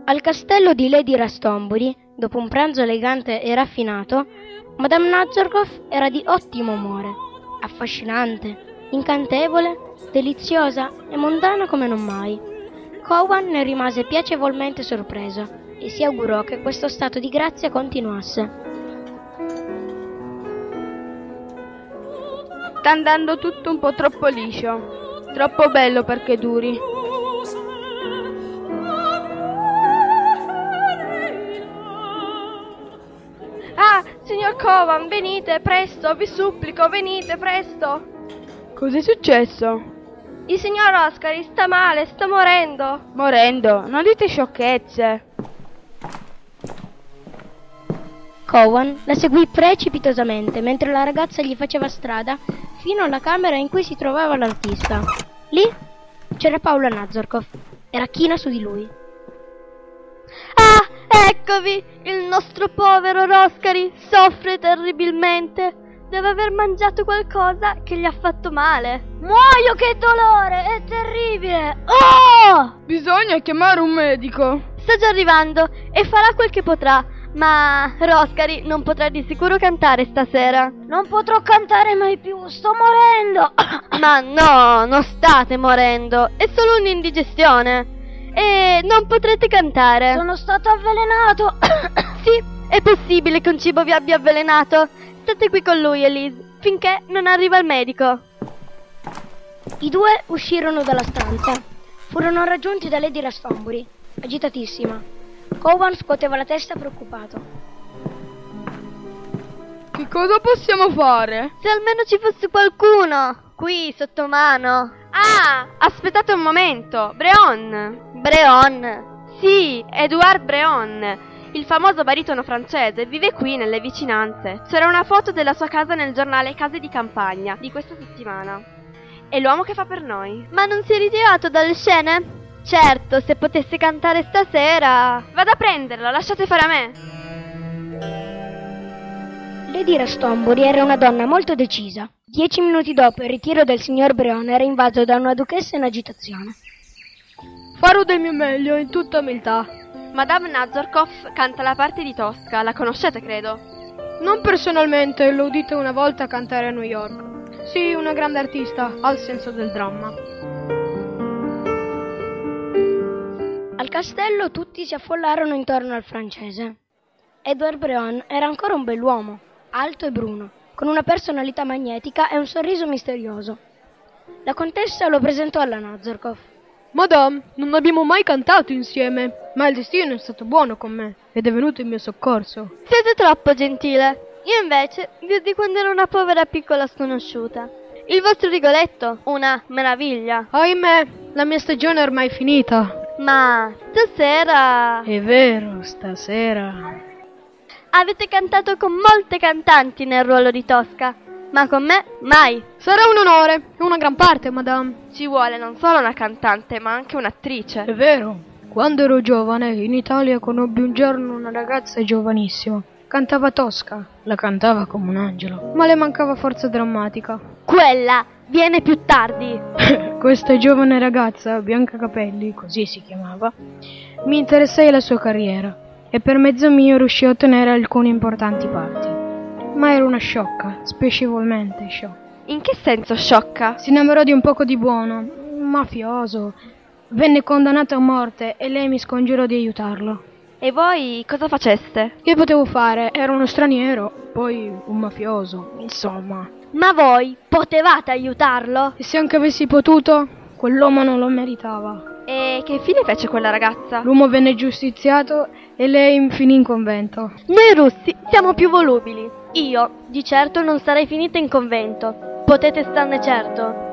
Al castello di Lady Rastonbury, dopo un pranzo elegante e raffinato, Madame Nazorkov era di ottimo umore, affascinante, incantevole, deliziosa e mondana come non mai. Cowan ne rimase piacevolmente sorpreso e si augurò che questo stato di grazia continuasse. Sta andando tutto un po' troppo liscio, troppo bello perché duri. Ah, signor Cowan, venite, presto, vi supplico, venite, presto. Cos'è successo? Il signor Oscari sta male, sta morendo. Morendo? Non dite sciocchezze. Cowan la seguì precipitosamente mentre la ragazza gli faceva strada fino alla camera in cui si trovava l'artista. Lì c'era Paola Nazorkov, era china su di lui. Ah, eccovi! Il nostro povero Roscari soffre terribilmente. Deve aver mangiato qualcosa che gli ha fatto male. Muoio, che dolore! È terribile! Oh! Bisogna chiamare un medico. Sta già arrivando e farà quel che potrà. Ma Roscari non potrà di sicuro cantare stasera. Non potrò cantare mai più, sto morendo! Ma no, non state morendo. È solo un'indigestione. E non potrete cantare. Sono stato avvelenato. Sì, è possibile che un cibo vi abbia avvelenato. State qui con lui, Elise, finché non arriva il medico. I due uscirono dalla stanza. Furono raggiunti da Lady Rastonbury, agitatissima. Cowan scuoteva la testa preoccupato. Che cosa possiamo fare? Se almeno ci fosse qualcuno qui sotto mano. Ah, aspettate un momento. Breon? Sì, Edouard Breon, il famoso baritono francese, vive qui nelle vicinanze. C'era una foto della sua casa nel giornale Case di Campagna di questa settimana. È l'uomo che fa per noi. Ma non si è ritirato dalle scene? Certo, se potesse cantare stasera. Vado a prenderlo, lasciate fare a me. Lady Rastonbury era una donna molto decisa. 10 minuti dopo il ritiro del signor Breon era invaso da una duchessa in agitazione. Farò del mio meglio, in tutta umiltà. Madame Nazorkov canta la parte di Tosca, la conoscete credo? Non personalmente, l'ho udita una volta cantare a New York. Sì, una grande artista, ha il senso del dramma. Al castello tutti si affollarono intorno al francese. Edouard Breon era ancora un bell'uomo, alto e bruno, con una personalità magnetica e un sorriso misterioso. La contessa lo presentò alla Nazorkov. Madame, non abbiamo mai cantato insieme, ma il destino è stato buono con me ed è venuto in mio soccorso. Siete troppo gentile. Io invece vi ho di quando ero una povera piccola sconosciuta. Il vostro Rigoletto, una meraviglia. Ahimè, la mia stagione è ormai finita. Ma stasera... È vero, stasera... Avete cantato con molte cantanti nel ruolo di Tosca, ma con me mai. Sarà un onore, una gran parte, madame. Ci vuole non solo una cantante, ma anche un'attrice. È vero. Quando ero giovane, in Italia conobbi un giorno una ragazza giovanissima. Cantava Tosca, la cantava come un angelo, ma le mancava forza drammatica. Quella viene più tardi. Questa giovane ragazza, Biancacapelli, così si chiamava, mi interessai alla sua carriera e per mezzo mio riuscì a ottenere alcuni importanti parti. Ma era una sciocca, spiacevolmente sciocca. In che senso sciocca? Si innamorò di un poco di buono, un mafioso. Venne condannato a morte e lei mi scongiurò di aiutarlo. E voi cosa faceste? Che potevo fare? Era uno straniero, poi un mafioso, insomma. Ma voi potevate aiutarlo? E se anche avessi potuto, quell'uomo non lo meritava. E che fine fece quella ragazza? L'uomo venne giustiziato e lei finì in convento. Noi russi siamo più volubili. Io, di certo, non sarei finita in convento. Potete starne certo.